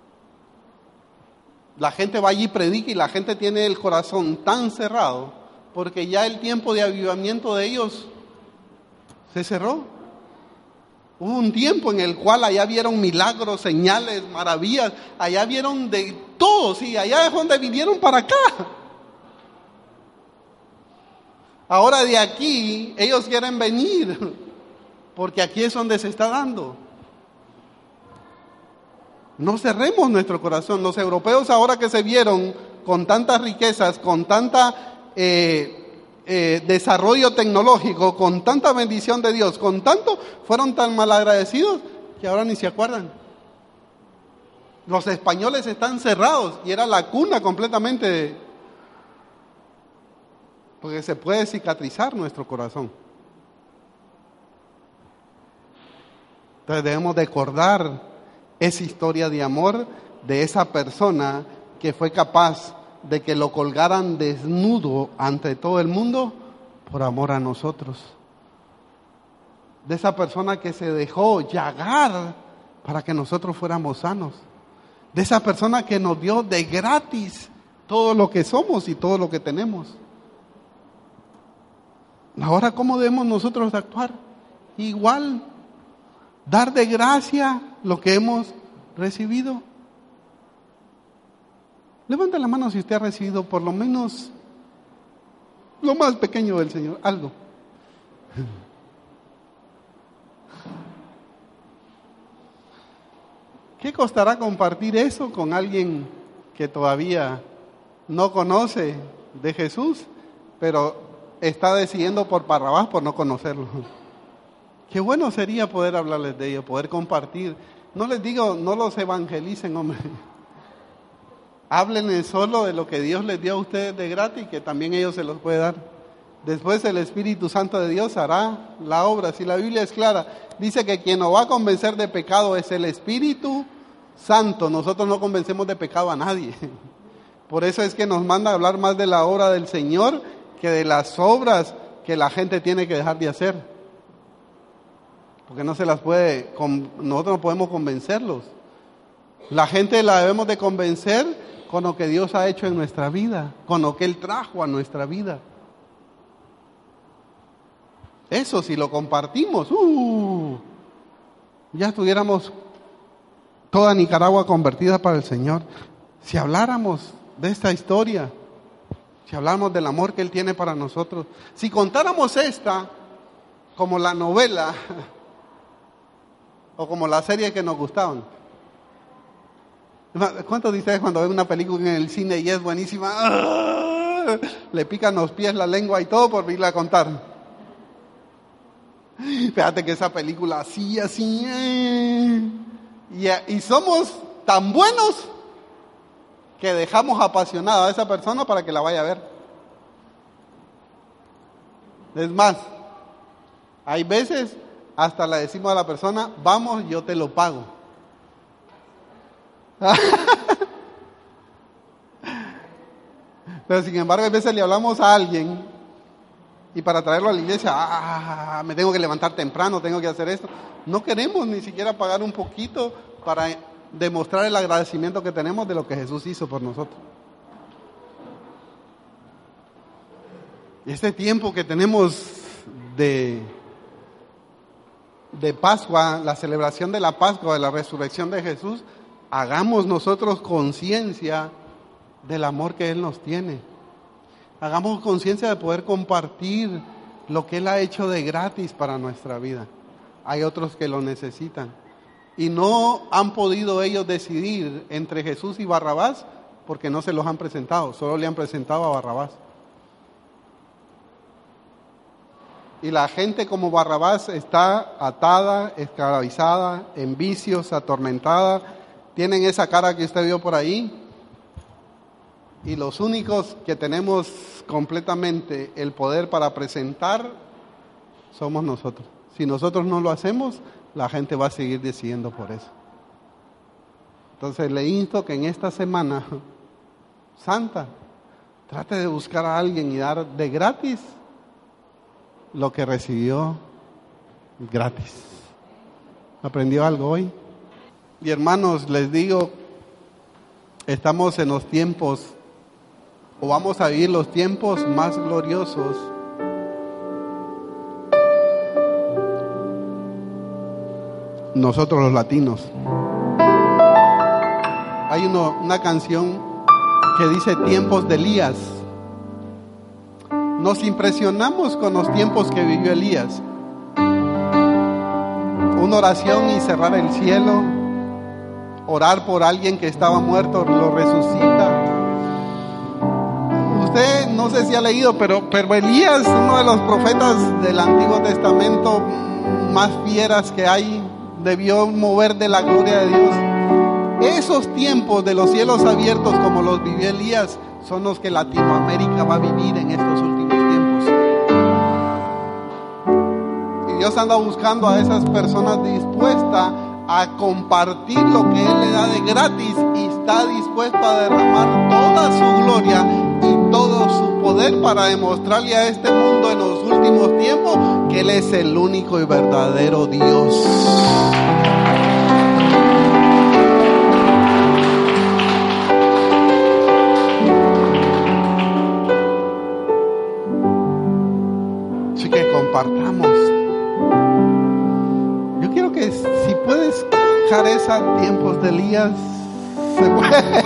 La gente va allí y predica y la gente tiene el corazón tan cerrado porque ya el tiempo de avivamiento de ellos se cerró. Hubo un tiempo en el cual allá vieron milagros, señales, maravillas, allá vieron de todo, sí, allá es donde vinieron para acá. Ahora de aquí ellos quieren venir porque aquí es donde se está dando. No cerremos nuestro corazón. Los europeos ahora que se vieron con tantas riquezas, con tanta eh, eh, desarrollo tecnológico, con tanta bendición de Dios, con tanto, fueron tan malagradecidos que ahora ni se acuerdan. Los españoles están cerrados y era la cuna completamente de, porque se puede cicatrizar nuestro corazón. Entonces debemos recordar esa historia de amor de esa persona que fue capaz de que lo colgaran desnudo ante todo el mundo por amor a nosotros. De esa persona que se dejó llagar para que nosotros fuéramos sanos. De esa persona que nos dio de gratis todo lo que somos y todo lo que tenemos. Ahora, ¿cómo debemos nosotros actuar? Igual, dar de gracia lo que hemos recibido. Levanta la mano si usted ha recibido por lo menos lo más pequeño del Señor, algo. ¿Qué costará compartir eso con alguien que todavía no conoce de Jesús, pero está decidiendo por Barrabás por no conocerlo? Qué bueno sería poder hablarles de ello, poder compartir. No les digo, no los evangelicen, hombre. Háblenles solo de lo que Dios les dio a ustedes de gratis, que también ellos se los puede dar. Después el Espíritu Santo de Dios hará la obra. Si la Biblia es clara, dice que quien nos va a convencer de pecado es el Espíritu Santo. Nosotros no convencemos de pecado a nadie. Por eso es que nos manda a hablar más de la obra del Señor que de las obras que la gente tiene que dejar de hacer. Porque no se las puede, nosotros no podemos convencerlos. La gente la debemos de convencer con lo que Dios ha hecho en nuestra vida, con lo que Él trajo a nuestra vida. Eso, si lo compartimos, uh, ya estuviéramos toda Nicaragua convertida para el Señor. Si habláramos de esta historia, si habláramos del amor que Él tiene para nosotros, si contáramos esta como la novela o como la serie que nos gustaban. ¿Cuántos de ustedes cuando ven una película en el cine y es buenísima, ¡ah!, le pican los pies, la lengua y todo por irla a contar? Fíjate que esa película así, así, eh, y, y somos tan buenos que dejamos apasionada a esa persona para que la vaya a ver. Es más, hay veces hasta le decimos a la persona, vamos, yo te lo pago. Pero sin embargo, a veces le hablamos a alguien y para traerlo a la iglesia, ah, me tengo que levantar temprano, tengo que hacer esto. No queremos ni siquiera pagar un poquito para demostrar el agradecimiento que tenemos de lo que Jesús hizo por nosotros. Y este tiempo que tenemos de, de Pascua, la celebración de la Pascua, de la resurrección de Jesús, hagamos nosotros conciencia del amor que Él nos tiene. Hagamos conciencia de poder compartir lo que Él ha hecho de gratis para nuestra vida. Hay otros que lo necesitan. Y no han podido ellos decidir entre Jesús y Barrabás porque no se los han presentado, solo le han presentado a Barrabás. Y la gente como Barrabás está atada, esclavizada, en vicios, atormentada. Tienen esa cara que usted vio por ahí. Y los únicos que tenemos completamente el poder para presentar somos nosotros. Si nosotros no lo hacemos, la gente va a seguir decidiendo por eso. Entonces le insto que en esta semana santa trate de buscar a alguien y dar de gratis lo que recibió gratis. ¿Aprendió algo hoy? Y hermanos, les digo, estamos en los tiempos, o vamos a vivir los tiempos más gloriosos nosotros los latinos. Hay uno, una canción que dice tiempos de Elías. Nos impresionamos con los tiempos que vivió Elías. Una oración y cerrar el cielo, orar por alguien que estaba muerto, lo resucita. Usted no sé si ha leído, pero, pero Elías, uno de los profetas del Antiguo Testamento más fieras que hay, debió mover de la gloria de Dios. Esos tiempos de los cielos abiertos como los vivió Elías son los que Latinoamérica va a vivir en estos últimos tiempos. Y Dios anda buscando a esas personas dispuestas a compartir lo que Él le da de gratis y está dispuesto a derramar toda su gloria y todo su poder para demostrarle a este mundo en los últimos tiempos que Él es el único y verdadero Dios. Así que compartamos. Yo quiero que si puedes dejar esos tiempos de Elías, se puede.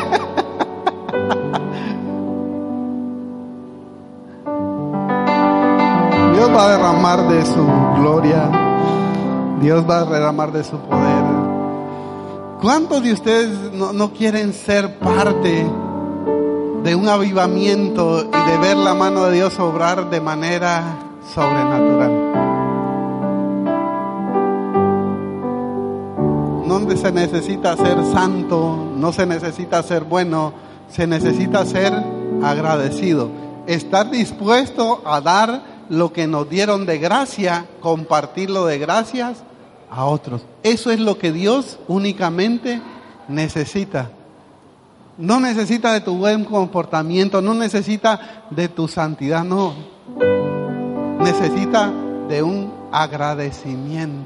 Dios va a derramar de su gloria, Dios va a derramar de su poder. ¿Cuántos de ustedes no, no quieren ser parte de un avivamiento y de ver la mano de Dios obrar de manera sobrenatural? No se necesita ser santo, no se necesita ser bueno, se necesita ser agradecido, estar dispuesto a dar lo que nos dieron de gracia, compartirlo de gracias a otros. Eso es lo que Dios únicamente necesita. No necesita de tu buen comportamiento, no necesita de tu santidad, no. Necesita de un agradecimiento.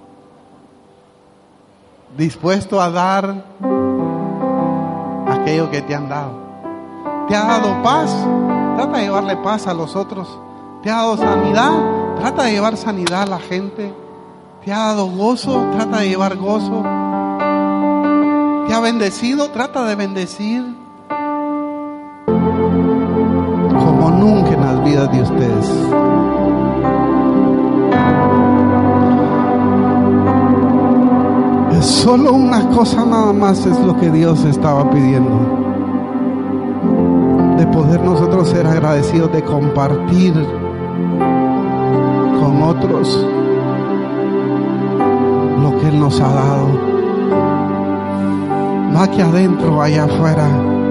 Dispuesto a dar aquello que te han dado. ¿Te ha dado paz? Trata de llevarle paz a los otros. ¿Te ha dado sanidad? Trata de llevar sanidad a la gente. ¿Te ha dado gozo? Trata de llevar gozo. ¿Te ha bendecido? Trata de bendecir como nunca en las vidas de ustedes. Solo una cosa nada más es lo que Dios estaba pidiendo, de poder nosotros ser agradecidos, de compartir con otros lo que Él nos ha dado, no aquí adentro, allá afuera.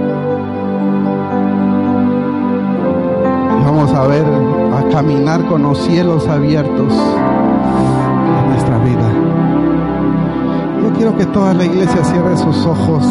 Vamos a ver, a caminar con los cielos abiertos en nuestra vida. Yo quiero que toda la iglesia cierre sus ojos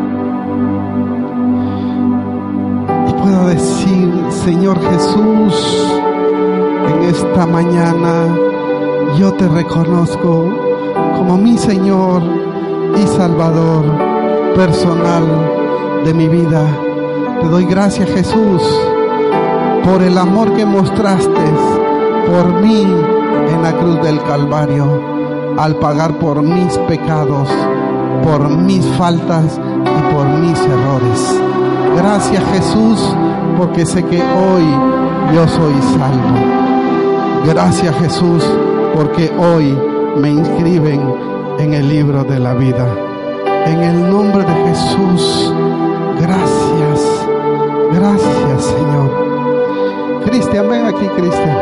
y pueda decir: Señor Jesús, en esta mañana yo te reconozco como mi Señor y Salvador personal de mi vida. Te doy gracias, Jesús, por el amor que mostraste por mí en la cruz del Calvario, al pagar por mis pecados, por mis faltas y por mis errores. Gracias, Jesús, porque sé que hoy yo soy salvo. Gracias, Jesús, porque hoy me inscriben en el libro de la vida. En el nombre de Jesús, gracias, gracias, Señor. Cristian, ven aquí, Cristian.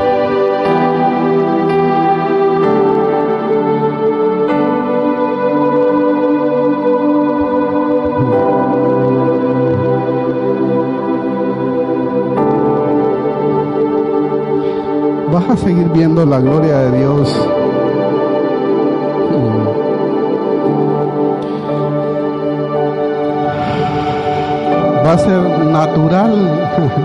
Vas a seguir viendo la gloria de Dios. Va a ser natural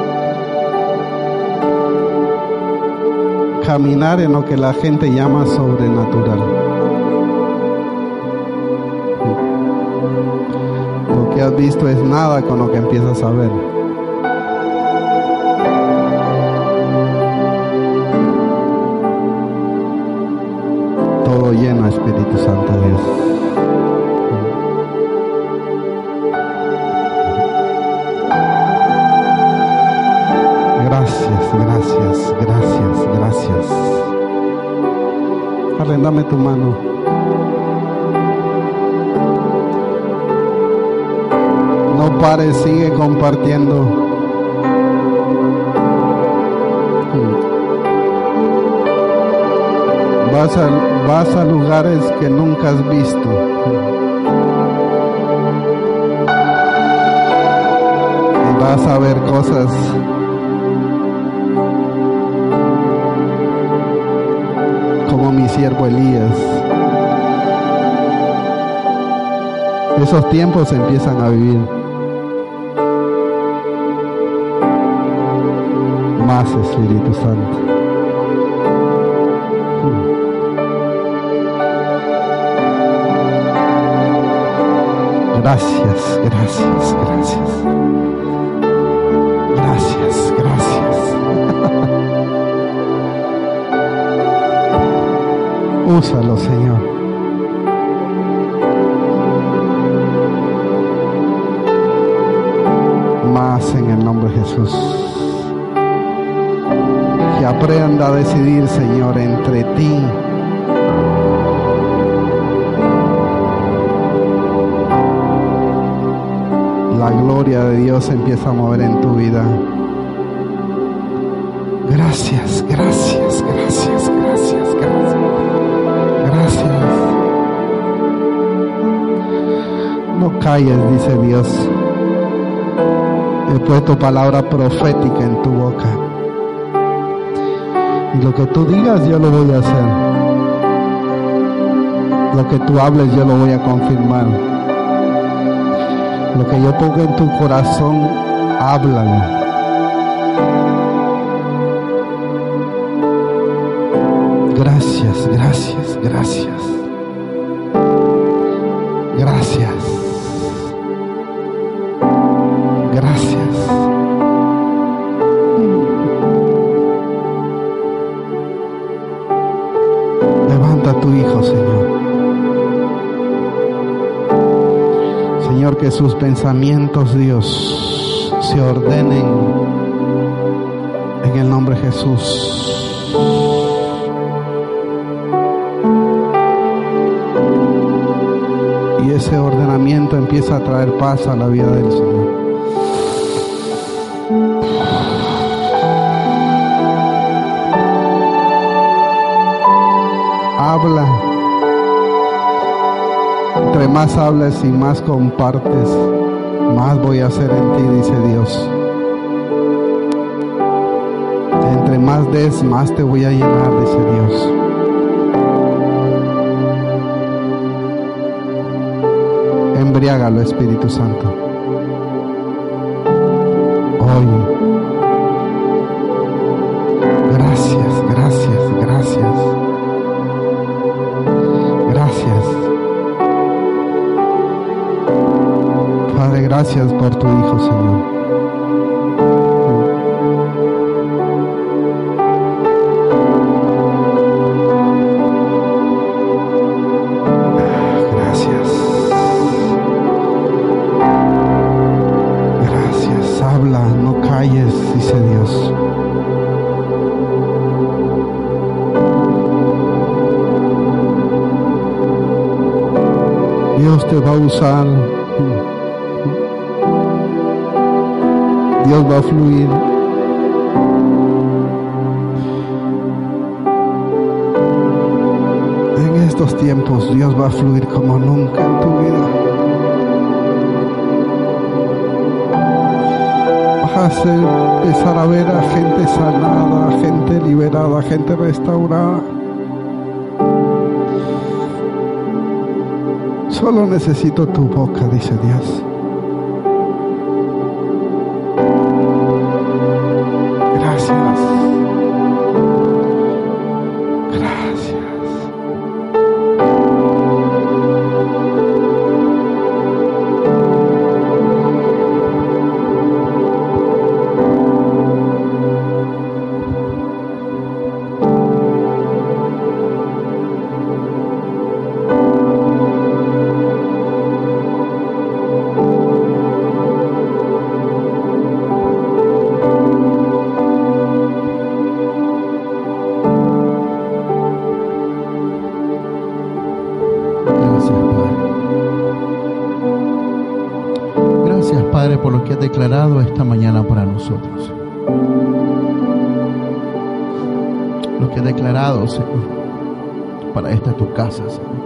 caminar en lo que la gente llama sobrenatural. Lo que has visto es nada con lo que empiezas a ver. Todo lleno, Espíritu Santo de Dios. Gracias, gracias, gracias, gracias. Arrendame tu mano. No pares, sigue compartiendo. Vas a, vas a lugares que nunca has visto. Y vas a ver cosas como mi siervo Elías. Esos tiempos se empiezan a vivir. Más, Espíritu Santo. Gracias, gracias, gracias. Gracias, gracias. Úsalo, Señor. Más en el nombre de Jesús. Que aprenda a decidir, Señor, entre ti la gloria de Dios se empieza a mover en tu vida. Gracias, gracias, gracias, gracias, gracias. Gracias. No calles, dice Dios. He puesto palabra profética en tu boca. Y lo que tú digas, yo lo voy a hacer. Lo que tú hables, yo lo voy a confirmar. Lo que yo pongo en tu corazón, háblalo. Gracias, gracias, gracias. Gracias. Gracias. Levanta a tu hijo, Señor. Señor, que sus pensamientos, Dios, se ordenen en el nombre de Jesús. Y ese ordenamiento empieza a traer paz a la vida del Señor. Habla. Entre más hables y más compartes, más voy a hacer en ti, dice Dios. Entre más des, más te voy a llenar, dice Dios. Embriágalo, Espíritu Santo. Hoy. Gracias, gracias, gracias. Gracias. Padre, gracias por tu Hijo, Señor. Gracias. Gracias. Habla, no calles, dice Dios. Dios te va a usar. Dios va a fluir. En estos tiempos Dios va a fluir como nunca en tu vida. Vas a empezar a ver a gente sanada, gente liberada, gente restaurada. Solo necesito tu boca, dice Dios. Gracias. Gracias. Por lo que has declarado esta mañana para nosotros, lo que has declarado, Señor, para esta tu casa, Señor.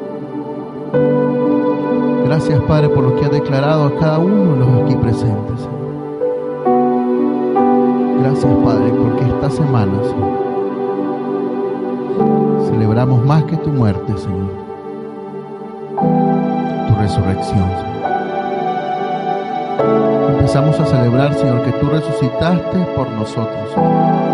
Gracias, Padre, por lo que has declarado a cada uno de los aquí presentes, Señor. Gracias, Padre, porque esta semana, Señor, celebramos más que tu muerte, Señor, tu resurrección, Señor. Empezamos a celebrar, Señor, que tú resucitaste por nosotros, Señor.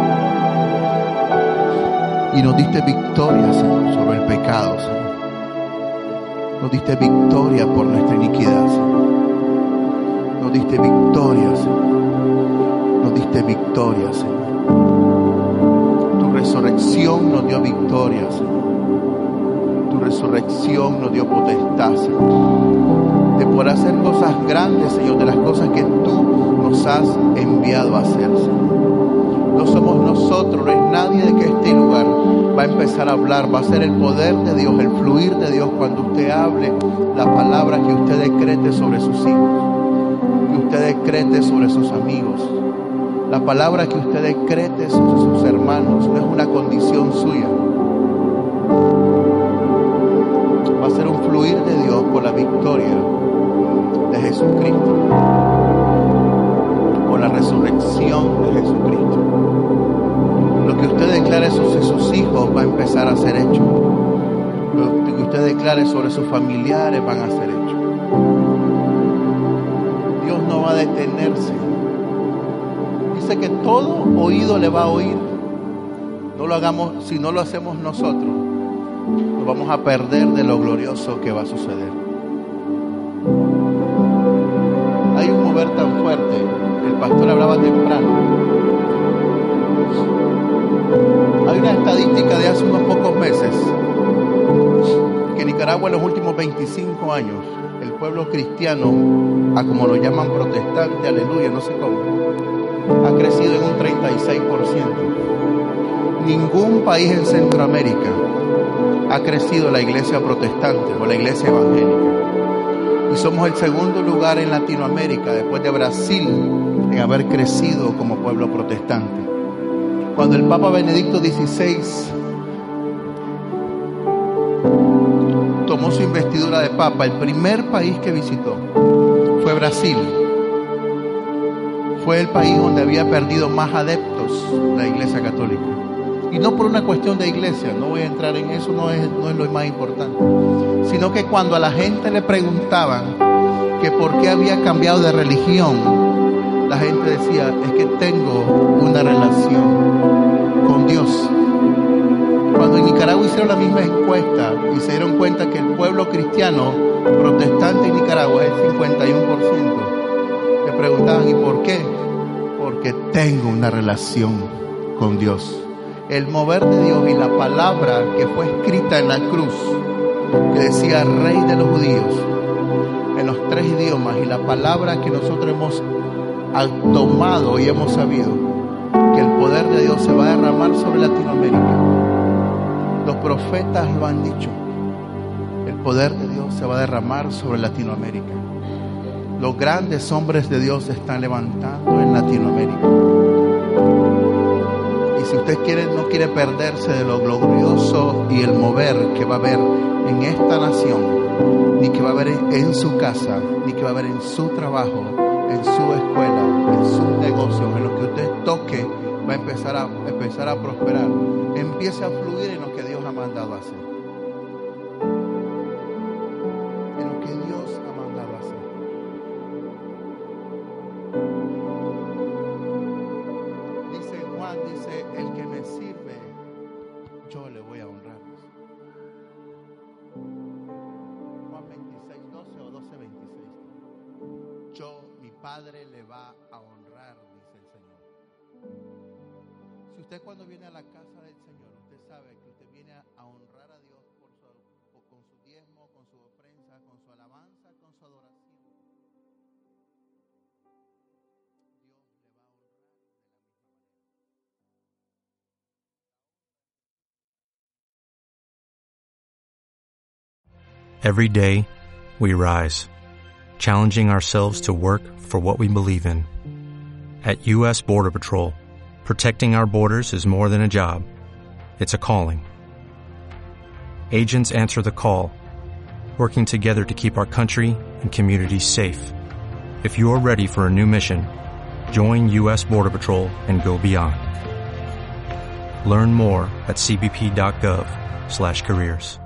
Y nos diste victoria, Señor, sobre el pecado, Señor. Nos diste victoria por nuestra iniquidad, Señor. Nos diste victoria, Señor. Nos diste victoria, Señor. Tu resurrección nos dio victoria, Señor. Tu resurrección nos dio potestad, Señor, de poder hacer cosas grandes, Señor, de las cosas que tú nos has enviado a hacer, Señor. No somos nosotros, no es nadie de que este lugar va a empezar a hablar, va a ser el poder de Dios, el fluir de Dios cuando usted hable la palabra que usted decrete sobre sus hijos, que usted decrete sobre sus amigos. La palabra que usted decrete sobre sus hermanos no es una condición suya. Va a ser un fluir de Dios por la victoria de Jesucristo, por la resurrección de Jesucristo. Lo que usted declare sobre sus hijos va a empezar a ser hecho. Lo que usted declare sobre sus familiares van a ser hechos. Dios no va a detenerse. Dice que todo oído le va a oír. No lo hagamos, si no lo hacemos nosotros, nos vamos a perder de lo glorioso que va a suceder. Hay un mover tan fuerte. El pastor hablaba temprano. Hay una estadística de hace unos pocos meses que en Nicaragua en los últimos veinticinco años el pueblo cristiano, a como lo llaman protestante, aleluya, no sé cómo, ha crecido en un treinta y seis por ciento. Ningún país en Centroamérica ha crecido la iglesia protestante o la iglesia evangélica. Y somos el segundo lugar en Latinoamérica, después de Brasil, en haber crecido como pueblo protestante. Cuando el Papa Benedicto dieciséis tomó su investidura de Papa, el primer país que visitó fue Brasil. Fue el país donde había perdido más adeptos la Iglesia Católica. Y no por una cuestión de iglesia, no voy a entrar en eso, no es, no es lo más importante. Sino que cuando a la gente le preguntaban que por qué había cambiado de religión, la gente decía, es que tengo una relación con Dios. Cuando en Nicaragua hicieron la misma encuesta y se dieron cuenta que el pueblo cristiano protestante en Nicaragua es el cincuenta y uno por ciento, le preguntaban, ¿y por qué? Porque tengo una relación con Dios. El mover de Dios y la palabra que fue escrita en la cruz, que decía Rey de los Judíos, en los tres idiomas, y la palabra que nosotros hemos tomado y hemos sabido, que el poder de Dios se va a derramar sobre Latinoamérica. Los profetas lo han dicho. el poder de Dios se va a derramar sobre Latinoamérica. Los grandes hombres de Dios se están levantando en Latinoamérica. Y si usted quiere, no quiere perderse de lo glorioso y el mover que va a haber en esta nación, ni que va a haber en su casa, ni que va a haber en su trabajo, en su escuela, en sus negocios, en lo que usted toque, va a empezar a, empezar a prosperar. Empiece a fluir en lo que Dios ha mandado a hacer. En lo que Dios ha mandado a hacer. Dice Juan, dice, el que me sirve, yo le voy a honrar. Juan veintiséis, doce o doce, veintiséis. Yo, mi Padre, le va a honrar, dice el Señor. Si usted cuando viene a la casa del Señor, usted sabe que usted viene a honrar a Dios por su, por, con su diezmo, con su ofrenda, con su alabanza, con su adoración. Dios le va a honrar de la misma manera. Every day, we rise, challenging ourselves to work for what we believe in. At U S Border Patrol, protecting our borders is more than a job. It's a calling. Agents answer the call, working together to keep our country and communities safe. If you are ready for a new mission, join U S Border Patrol and go beyond. Learn more at c b p dot gov slash careers.